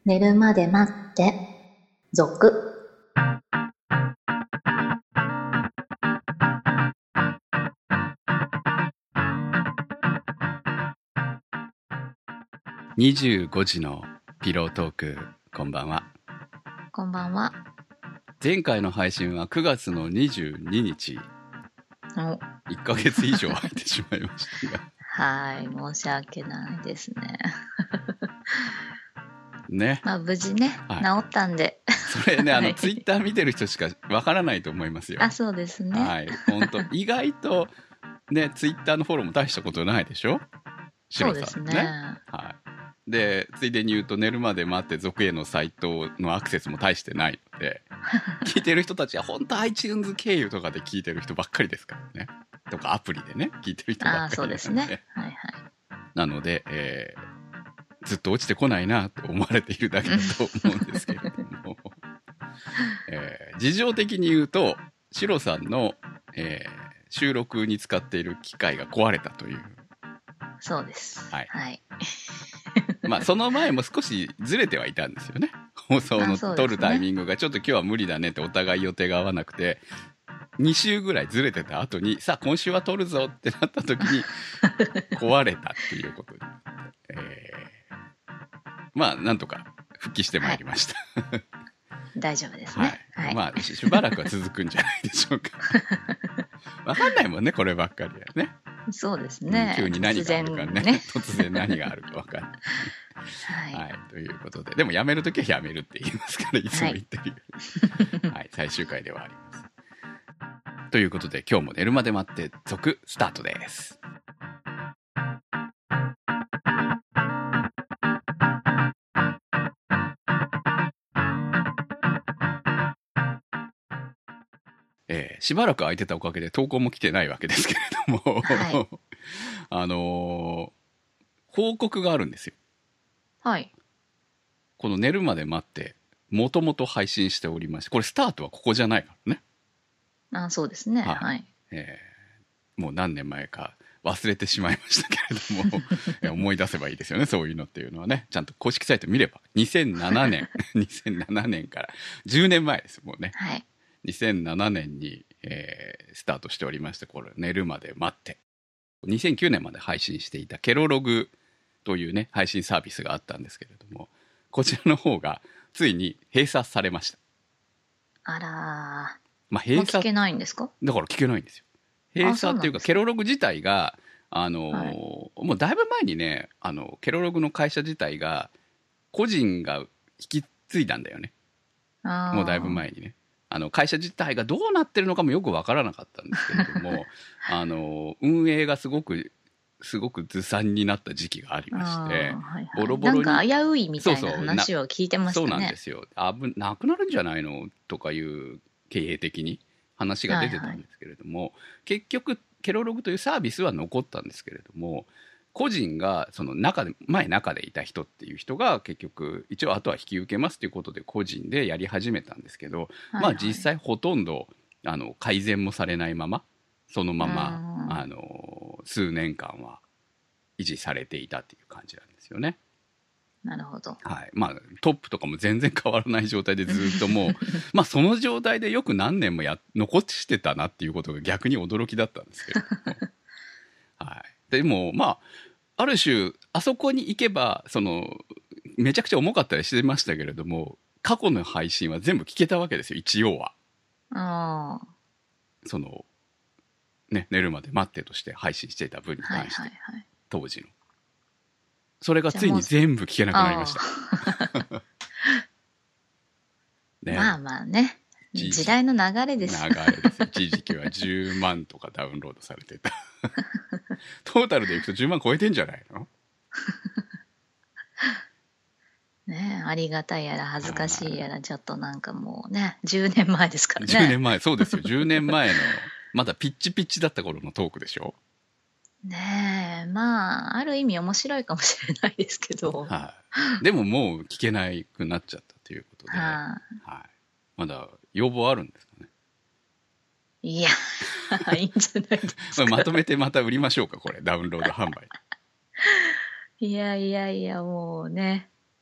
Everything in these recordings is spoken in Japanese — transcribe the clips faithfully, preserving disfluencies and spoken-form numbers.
寝るまで待って、続。 にじゅうごじのピロートーク、こんばんは。 こんばんは。 前回の配信はくがつのにじゅうににち。 おいっかげつ以上空いてしまいましたが。 はい、申し訳ないですね。 ね。 まあ無事ね、 はい、 治ったんで。 それね、あの、 はい、 ツイッター見てる人しかわからないと思いますよ。 あ、そうですね。 はい。本当意外と、ね、ツイッターのフォローも大したことないでしょ？シロさんね。 そうですね。 はい。で、ついでに言うと、寝るまで待って続へのサイトのアクセスも大してないので、聞いてる人たちは本当 iTunes 経由とかで聞いてる人ばっかりですからね。とかアプリでね、聞いてる人ばっかりあ、そうですね。はいはい。 なので、えー、ずっと落ちてこないなと思われているだけだと思うんですけれども、えー、事情的に言うと、シロさんの、えー、収録に使っている機械が壊れたという。 そうです。 はい。 はい、 まあその前も少しずれてはいたんですよね。放送の撮るタイミングがちょっと今日は無理だねってお互い予定が合わなくて、に週ぐらいずれてた後に、さあ今週は撮るぞってなった時に壊れたっていうことに、えー、まあなんとか復帰してまいりました。はい、 大丈夫ですね。 はい。 はい、 まあしばらくは続くんじゃないでしょうか。わかんないもんね、こればっかりはね。 そうですね。 急に何があるかね。突然ね。突然何があるかわかんない。はい、はい。ということで。でもやめるときはやめるって言いますから、いつも言ってるように。はい。最終回ではあります。ということで、今日も寝るまで待って続スタートです。えー、しばらく空いてたおかげで投稿も来てないわけですけれども、はい、あのー、報告があるんですよ。 はい。 この寝るまで待ってもともと配信しておりまして、これスタートはここじゃないからね。 あ、そうですね。はい。はい、 えー、もう何年前か忘れてしまいましたけれども思い出せばいいですよね、そういうのっていうのはね。ちゃんと公式サイト見ればにせんななねんにせんななねんからじゅうねんまえですもうね。 はい。 にせんななねんに、えー、スタートしておりまして、これ寝るまで待ってにせんきゅうねんまで配信していたケロログというね配信サービスがあったんですけれども、こちらの方がついに閉鎖されました。 あらー、 まあ、閉鎖もう聞けないんですか？ だから聞けないんですよ。閉鎖っていうかケロログ自体があのーはい、もうだいぶ前にね、あのケロログの会社自体が個人が引き継いだんだよね。 あ、 もうだいぶ前にね。あの会社自体がどうなってるのかもよくわからなかったんですけれどもあの運営がすごくすごくずさんになった時期がありまして、はいはい、 ボロボロになんか危ういみたいな話を聞いてましたね。 そうなんですよ。危なくなるんじゃないのとかいう経営的に話が出てたんですけれども、はいはい、結局ケロログというサービスは残ったんですけれども、個人がその中で前中でいた人っていう人が結局一応あとは引き受けますということで個人でやり始めたんですけど、はいはい、まあ実際ほとんどあの改善もされないままそのままあの数年間は維持されていたっていう感じなんですよね。 なるほど。 はい。まあトップとかも全然変わらない状態でずっともうまあその状態でよく何年もや残してたなっていうことが逆に驚きだったんですけれどもはい。でもまあある種あそこに行けばそのめちゃくちゃ重かったりしてましたけれども、過去の配信は全部聞けたわけですよ、一応は。あそのね、寝るまで待ってとして配信していた分に関して、はいはいはい、当時のそれがついに全部聞けなくなりましたね、 まあまあね、時代の流れです。 流れです。一時期はじゅうまんとかダウンロードされてたトータルでいくとじゅうまん超えてんじゃないのね、ありがたいやら恥ずかしいやら、ちょっとなんかもうねじゅうねんまえですからね。 じゅうねんまえ、そうですよ。じゅうねんまえのまだピッチピッチだった頃のトークでしょ。 ねえ、まあある意味面白いかもしれないですけど、 はい、でももう聞けなくなっちゃったということで、ははい、まだ要望あるんですかね。 いやいいんじゃないですかまとめてまた売りましょうか、これダウンロード販売いやいやいや、もうね、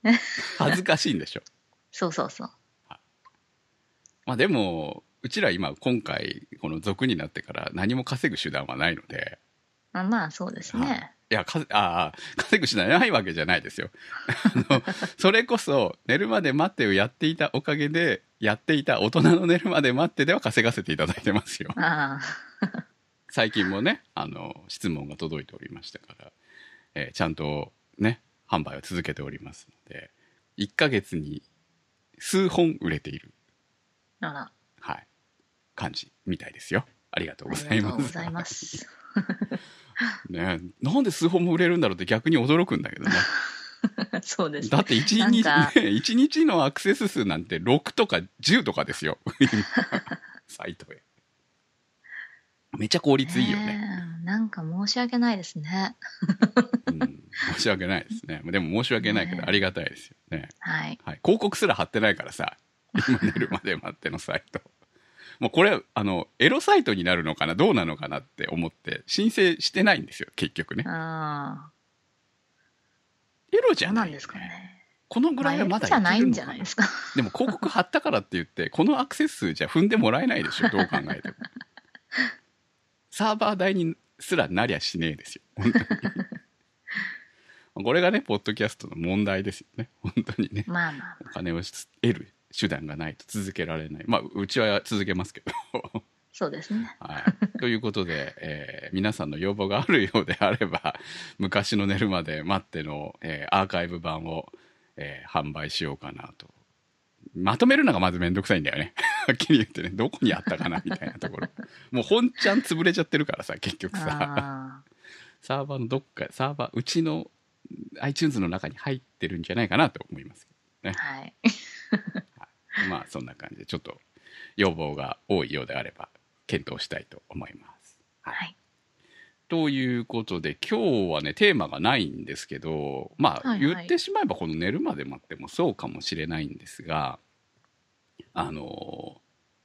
恥ずかしいんでしょ。 そうそうそう。 まあでもうちら今今回この族になってから何も稼ぐ手段はないので、 あまあそうですね。 はい、いやかああ稼ぐ手段ないわけじゃないですよ。あのそれこそ寝るまで待ってをやっていたおかげで、やっていた大人の寝るまで待ってでは稼がせていただいてますよ。 ああ最近もね、あの質問が届いておりましたから、えーちゃんとね販売を続けておりますので、いっかげつに数本売れている、 あら、 はい、感じみたいですよ。ありがとうあございます。 りがとうございますね、なんで数本も売れるんだろうって逆に驚くんだけどね。 そうですね。 だって1日、 なんかね、いちにちのアクセス数なんてろくとかじゅうとかですよ。今サイトへ。めっちゃ効率いいよね。 ねえなんか申し訳ないですね。 うん、申し訳ないですね。でも申し訳ないけどねありがたいですよね。 はい。 はい、広告すら貼ってないからさ、今寝るまで待ってのサイト。もうこれあのエロサイトになるのかなどうなのかなって思って申請してないんですよ結局ね。 ああ、 エロじゃないよね。 そうなんですかね。 このぐらいはまだじゃないんいけるのかな。 じゃないですか。 でも広告貼ったからって言ってこのアクセス数じゃ踏んでもらえないでしょ、どう考えても。サーバー代にすらなりゃしねえですよ本当に。これがねポッドキャストの問題ですよね本当にね。 まあまあお金を得る手段がないと続けられない。まあうちは続けますけどそうですね。 はい、ということで、えー皆さんの要望があるようであれば昔の寝るまで待っての、えーアーカイブ版を、えー販売しようかなと。まとめるのがまずめんどくさいんだよねはっきり言ってね、どこにあったかなみたいなところ。もう本ちゃん潰れちゃってるからさ結局さ、 あサーバーのどっかサーバーうちの iTunes の中に入ってるんじゃないかなと思いますけどね。 あ、はい。 まあそんな感じでちょっと要望が多いようであれば検討したいと思います。はいはい。 ということで今日はねテーマがないんですけど、まあはいはい言ってしまえばこの寝るまで待ってもそうかもしれないんですが、あの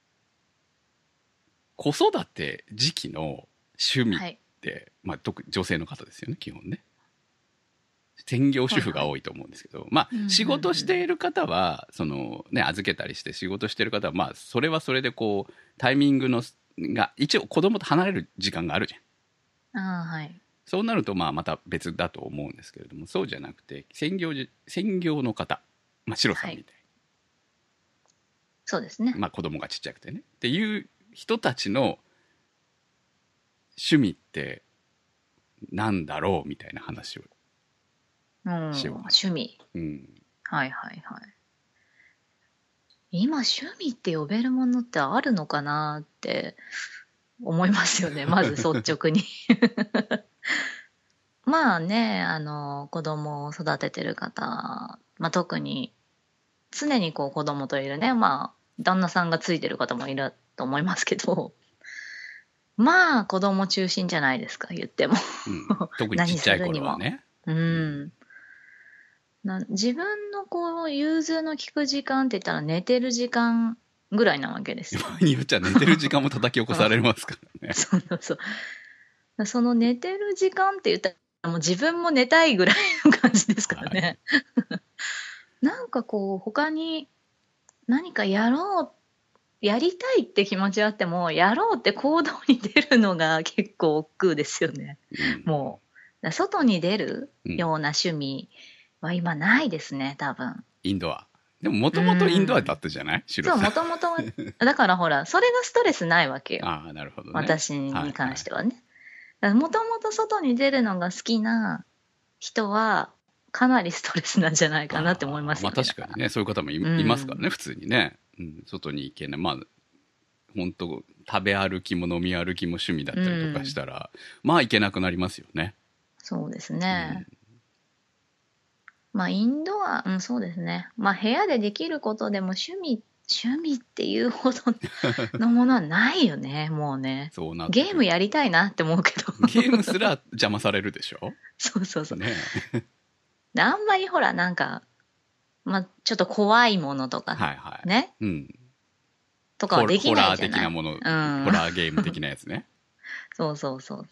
子育て時期の趣味はい。 って、まあ特に女性の方ですよね基本ね。専業主婦が多いと思うんですけど、まあ仕事している方はそのね預けたりして仕事している方はまあそれはそれでこうタイミングのが一応子供と離れる時間があるじゃん。 ああ、はい。 そうなるとまあまた別だと思うんですけれども、そうじゃなくて専業じ専業の方、まあシロさんみたいそうですねな、。まあ子供がちっちゃくてねっていう人たちの趣味ってなんだろうみたいな話を、 うん。 しよう趣味。 うん、 はいはいはい。今趣味って呼べるものってあるのかなって思いますよね。まず率直に。まあね、あの、子供を育ててる方、まあ特に常にこう子供といるね、まあ旦那さんがついてる方もいると思いますけど、まあ子供中心じゃないですか、言っても。 うん、特にちっちゃい頃はね。 うん。な自分のこう融通の利く時間って言ったら寝てる時間ぐらいなわけですよ。 場合によっちゃ寝てる時間も叩き起こされますからね。 そうそうそう。その寝てる時間って言ったらもう自分も寝たいぐらいの感じですからね。なんかこう他に何かやろう、やりたいって気持ちはあっても、やろうって行動に出るのが結構億劫ですよね。 うん、 もう。だから外に出るうんような趣味は今ないですね、多分。 インドア。でももともとインドアだったじゃない、シロそう、 さん。 もともとは、だからほら、それがストレスないわけよ。 ああ、なるほどね。 私に関してははね。もともと外に出るのが好きな人は、かなりストレスなんじゃないかなって思いますよね。 まあ確かにね、そういう方も い,、 うんいますからね、普通にね。うん、外に行けない。まあ、本当食べ歩きも飲み歩きも趣味だったりとかしたら、うん、まあ行けなくなりますよね。 そうですね。うん、まあインドア、うん、そうですね。まあ部屋でできることでも趣味、趣味っていうほどのものはないよね、もうね。 そうなゲームやりたいなって思うけど。 ゲームすら邪魔されるでしょそうそうそう。 ね、 あんまりほら、なんか、まあちょっと怖いものとか、 はいはい、 ね。 うん。 とかはできないじゃない。 ホラー的なもの、 うん、 ホラーゲーム的なやつね。 そうそうそうそう。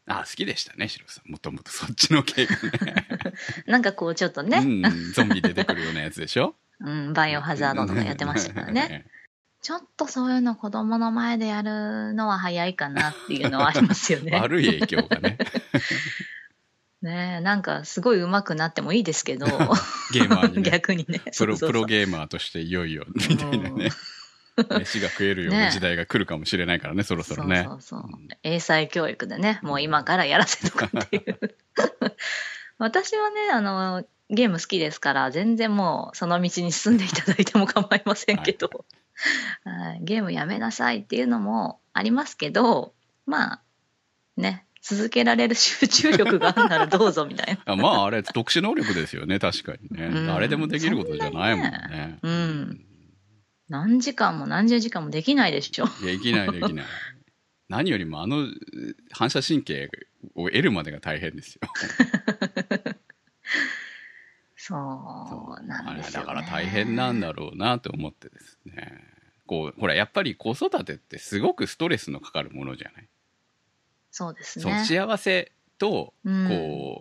あ、好きでしたね、シロさん。もともとそっちの系がね。 なんかこうちょっとね、 うん、ゾンビ出てくるようなやつでしょ。 うん、バイオハザードとかやってましたからね。ちょっとそういうの子供の前でやるのは早いかなっていうのはありますよね。 悪い影響がね。 ねえ、なんかすごい上手くなってもいいですけど、 ゲーマーにね。 逆にね。 プロ、 そうそうそうプロゲーマーとしていよいよ、みたいなね。飯が食えるような時代が来るかもしれないからね、そろそろね。 そうそうそう。英才教育でね、もう今からやらせとかっていう。私はね、あの、ゲーム好きですから、全然もうその道に進んでいただいても構いませんけど、はいはい、ゲームやめなさいっていうのもありますけど、まあ、ね、続けられる集中力があるならどうぞみたいな。 まあ、あれ、特殊能力ですよね、確かにね。うん、誰でもできることじゃないもんね。 ねうん。何時間も何十時間もできないでしょ。 できない、できない。何よりもあの反射神経を得るまでが大変ですよ。 そうなんですよね。 だから大変なんだろうなと思ってですね。こうほらやっぱり子育てってすごくストレスのかかるものじゃない。 そうですね。 そう幸せとこう、うん、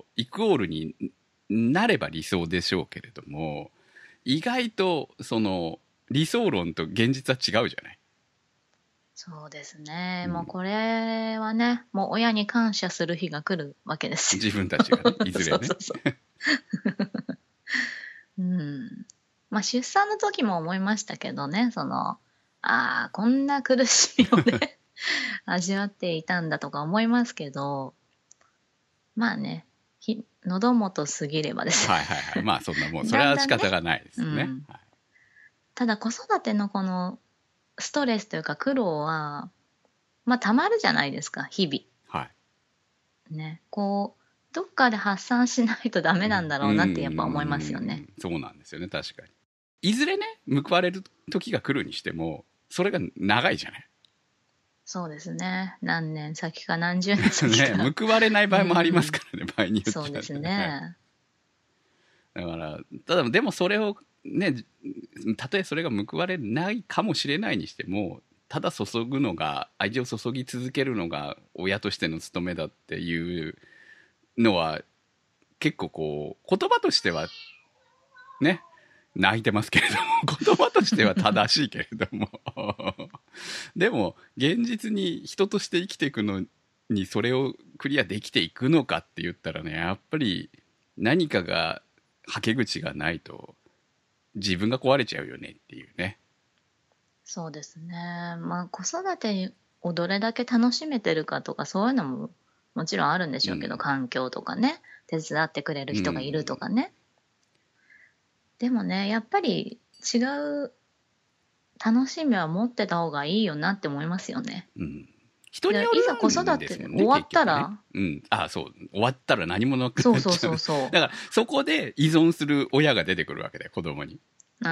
イコールになれば理想でしょうけれども、意外とその理想論と現実は違うじゃない。 そうですね、うん、もうこれはね、もう親に感謝する日が来るわけですよ。 自分たちがね、いずれね。 そうそうそううん、まあ出産の時も思いましたけどね、そのああこんな苦しみをね味わっていたんだとか思いますけど、まあね、ひ喉元過ぎればですね。 はいはいはい、まあそんなもうそれは仕方がないですね。だんだんね、うん、はい、 ただ子育てのこのストレスというか苦労はまあたまるじゃないですか、日々。 はい。 ね、こうどっかで発散しないとダメなんだろうなってやっぱ思いますよね。 うん、そうなんですよね、確かに。いずれね報われる時が来るにしてもそれが長いじゃない。 そうですね、何年先か何十年先かね、報われない場合もありますからね、うん、場合によっては、ね、 そうですね。 だからただでもそれをね、たとえそれが報われないかもしれないにしても、ただ注ぐのが愛情を注ぎ続けるのが親としての務めだっていうのは結構こう言葉としてはね泣いてますけれども、言葉としては正しいけれどもでも現実に人として生きていくのにそれをクリアできていくのかって言ったらね、やっぱり何かがはけ口がないと自分が壊れちゃうよねっていうね。 そうですね。まあ子育てをどれだけ楽しめてるかとかそういうのももちろんあるんでしょうけど、うん、環境とかね、手伝ってくれる人がいるとかね、うん、でもねやっぱり違う楽しみは持ってた方がいいよなって思いますよね。 うん、人によるんですもんね。 いざ子育て終わったら、 ね、うん、ああそう終わったら何もなくなっちゃう。 そうそうそうそう。 だからそこで依存する親が出てくるわけで、子供に。 うん。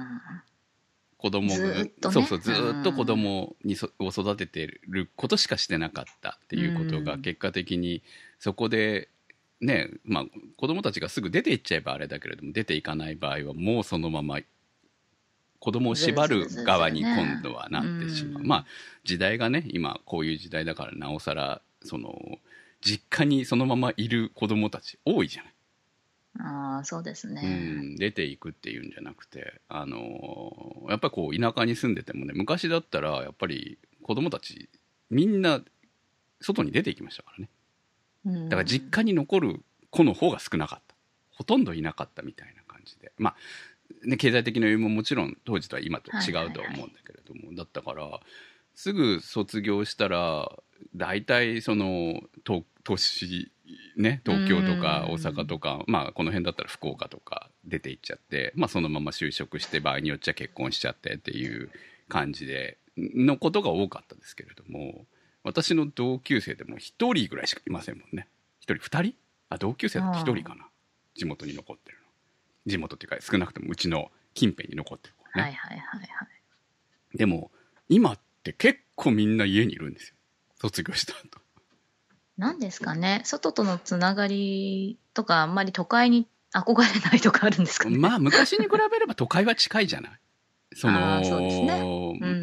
子供ずーっとね、 そうそうずーっと子供にそを育ててることしかしてなかったっていうことが結果的にそこでね、まあ子供たちがすぐ出ていっちゃえばあれだけれども、出ていかない場合はもうそのまま子供を縛る側に今度はなってしまう。まあ時代がね今こういう時代だからなおさらその実家にそのままいる子供たち多いじゃない。 ああそうですね、 うん、出ていくっていうんじゃなくて、あのー、やっぱりこう田舎に住んでてもね、昔だったらやっぱり子供たちみんな外に出ていきましたからね、うん、だから実家に残る子の方が少なかった、ほとんどいなかったみたいな感じで、まあね、経済的な余裕ももちろん当時とは今と違うとは思うんだけれども、はいはいはい、だったからすぐ卒業したら大体その都市ね、東京とか大阪とか、まあこの辺だったら福岡とか出て行っちゃって、まあそのまま就職して場合によっちゃ結婚しちゃってっていう感じでのことが多かったですけれども、私の同級生でも一人ぐらいしかいませんもんね。一人二人あ同級生だと一人かな、地元に残ってるの。地元っていうか少なくともうちの近辺に残ってる子ね。 はいはいはいはい。 でも今って結構みんな家にいるんですよ、卒業した後。 なんですかね、外とのつながりとかあんまり都会に憧れないとかあるんですかね。 まあ昔に比べれば都会は近いじゃない。そのそうですね、うんうんうん、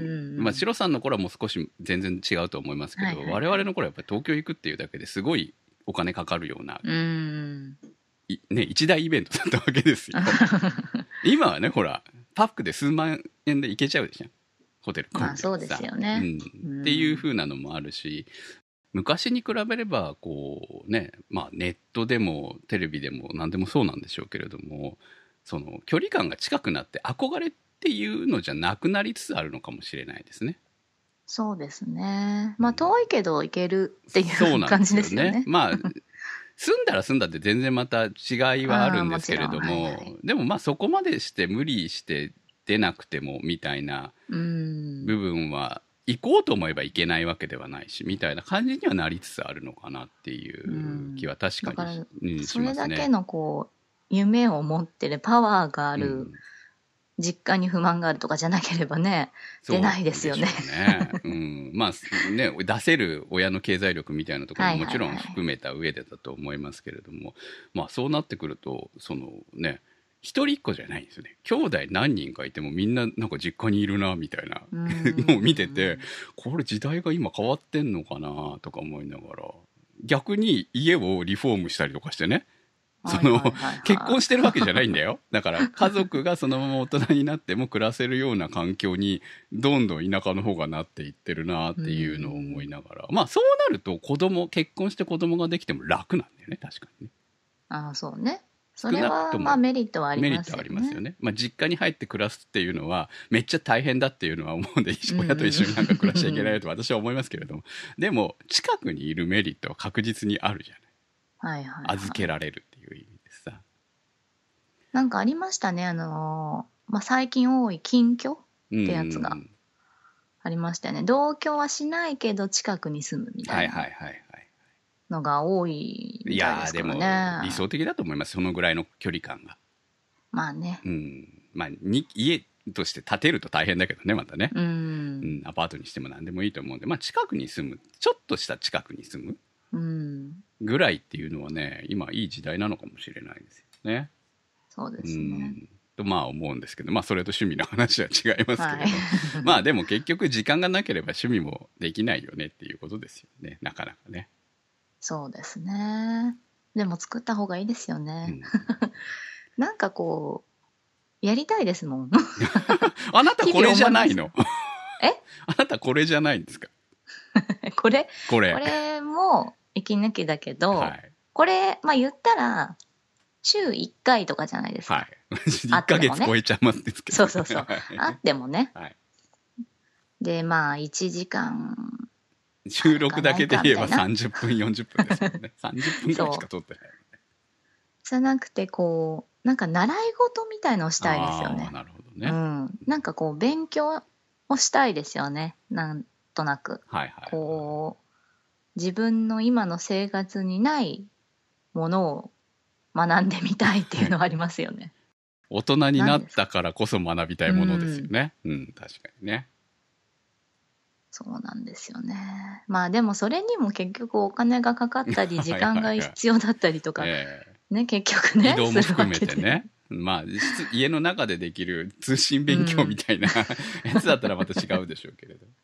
まあ、シロさんの頃はもう少し全然違うと思いますけど、 はいはいはい、 我々の頃はやっぱり東京行くっていうだけですごいお金かかるような、 うんいね、一大イベントだったわけですよ。今はね、ほらパックで数万円で行けちゃうでしょ、ホテル込んでさ、 まあそうですよね、 うんうん、 っていう風なのもあるし、昔に比べればこうね、まあ、ネットでもテレビでも何でもそうなんでしょうけれども、その距離感が近くなって憧れっていうのじゃなくなりつつあるのかもしれないですね。 そうですね。まあ遠いけど行けるっていうそうなん感じですよね。 まあ住んだら住んだって全然また違いはあるんですけれども、 はいはい、 でもまあそこまでして無理して出なくてもみたいな部分は行こうと思えば行けないわけではないしみたいな感じにはなりつつあるのかなっていう気は確かに、うん、しますね。 それだけのこう夢を持ってるパワーがある、うん、実家に不満があるとかじゃなければね出ないですよね。 うん、まあね出せる親の経済力みたいなところももちろん含めた上でだと思いますけれども、はいはいはい、まあそうなってくるとそのね一人っ子じゃないんですよね。兄弟何人かいてもみんななんか実家にいるなみたいなのを見てて、これ時代が今変わってんのかなとか思いながら、逆に家をリフォームしたりとかしてね、その、結婚してるわけじゃないんだよ。だから家族がそのまま大人になっても暮らせるような環境にどんどん田舎の方がなっていってるなっていうのを思いながら、まあそうなると子供結婚して子供ができても楽なんだよね、確かにね。 ああそうね。それはまあメリットはありますよね。メリットありますよね。 まあ実家に入って暮らすっていうのはめっちゃ大変だっていうのは思うんで、親と一緒になんか暮らしちゃいけないと私は思いますけれども、でも近くにいるメリットは確実にあるじゃない。はいはいはい、預けられるっていう意味でさ。 なんかありましたね、あのーまあ、最近多い近居ってやつがありましたよね。同居はしないけど近くに住むみたいな。はいはいはい。のが多いみたいですからね。いやでも理想的だと思います、そのぐらいの距離感が。 まあね、 うんまあ、に家として建てると大変だけどねまたね、 うん、うん、アパートにしても何でもいいと思うんで、まあ、近くに住むちょっとした近くに住むぐらいっていうのはね今いい時代なのかもしれないですよね。 そうですね、 うんとまあ思うんですけど、まあそれと趣味の話は違いますけれど、はい、まあでも結局時間がなければ趣味もできないよねっていうことですよね、なかなかね。 そうですね。でも作った方がいいですよね。うん、なんかこうやりたいですもん。 あなたこれじゃないの？ え？ あなたこれじゃないんですか？ これ？ これ。 これも息抜きだけど、はい、これまあ言ったら週いっかいとかじゃないですか。はい。 いっかげつ超えちゃいますけど、ね。 そうそうそう。あってもね。はい、でまあいちじかん。 収録だけで言えばさんじゅっぷんよんじゅっぷんですもんね。さんじゅっぷんぐらいしか撮ってない、ね、 じゃなくてこうなんか習い事みたいのをしたいですよね。 なるほどね、 うん、なんかこう勉強をしたいですよね、なんとなく、はいはい、こう自分の今の生活にないものを学んでみたいっていうのはありますよね。 大人になったからこそ学びたいものですよね。うん、うん、確かにね。 そうなんですよね。まあでもそれにも結局お金がかかったり時間が必要だったりとかね、結局ね移動も含めてね、まあ家の中でできる通信勉強みたいな、うん、やつだったらまた違うでしょうけれど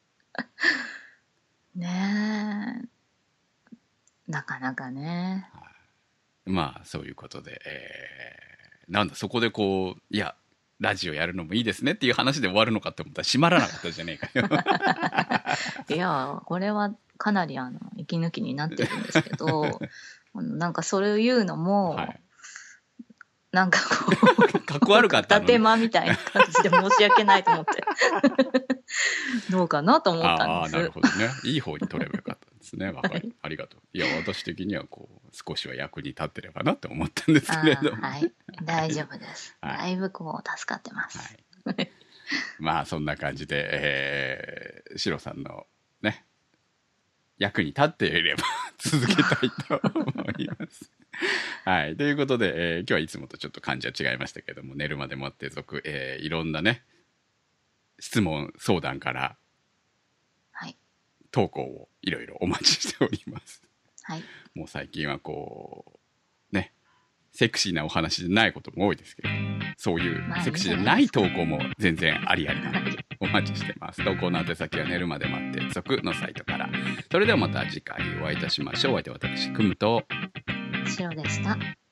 ねえなかなかね、 はあ、まあそういうことで、えー、なんだそこでこういやラジオやるのもいいですねっていう話で終わるのかって思ったら閉まらなかったじゃねえかよいやこれはかなりあの息抜きになってるんですけどなんかそれを言うのも、はい、なんかこうかっこ悪かったの伊達間みたいな感じで申し訳ないと思ってどうかなと思ったんです。 ああなるほどね、いい方に取ればよかったんですね。わかり、はい、ありがとう。いや私的にはこう少しは役に立ってればなって思ったんですけれども、 はい、大丈夫です、はい、だいぶこう助かってます、はい、 まあそんな感じで、えー、シロさんのね役に立っていれば続けたいと思いますはい、ということで、えー、今日はいつもとちょっと感じは違いましたけども、寝るまでもって続、えー、いろんなね質問相談から、はい、投稿をいろいろお待ちしております、はい、もう最近はこうねセクシーなお話じゃないことも多いですけど、そういうセクシーじゃない投稿も全然ありありなのでお待ちしてます。投稿の宛先は寝るまで待って続のサイトから。それではまた次回お会いいたしましょう。お相手は私、くむと白でした。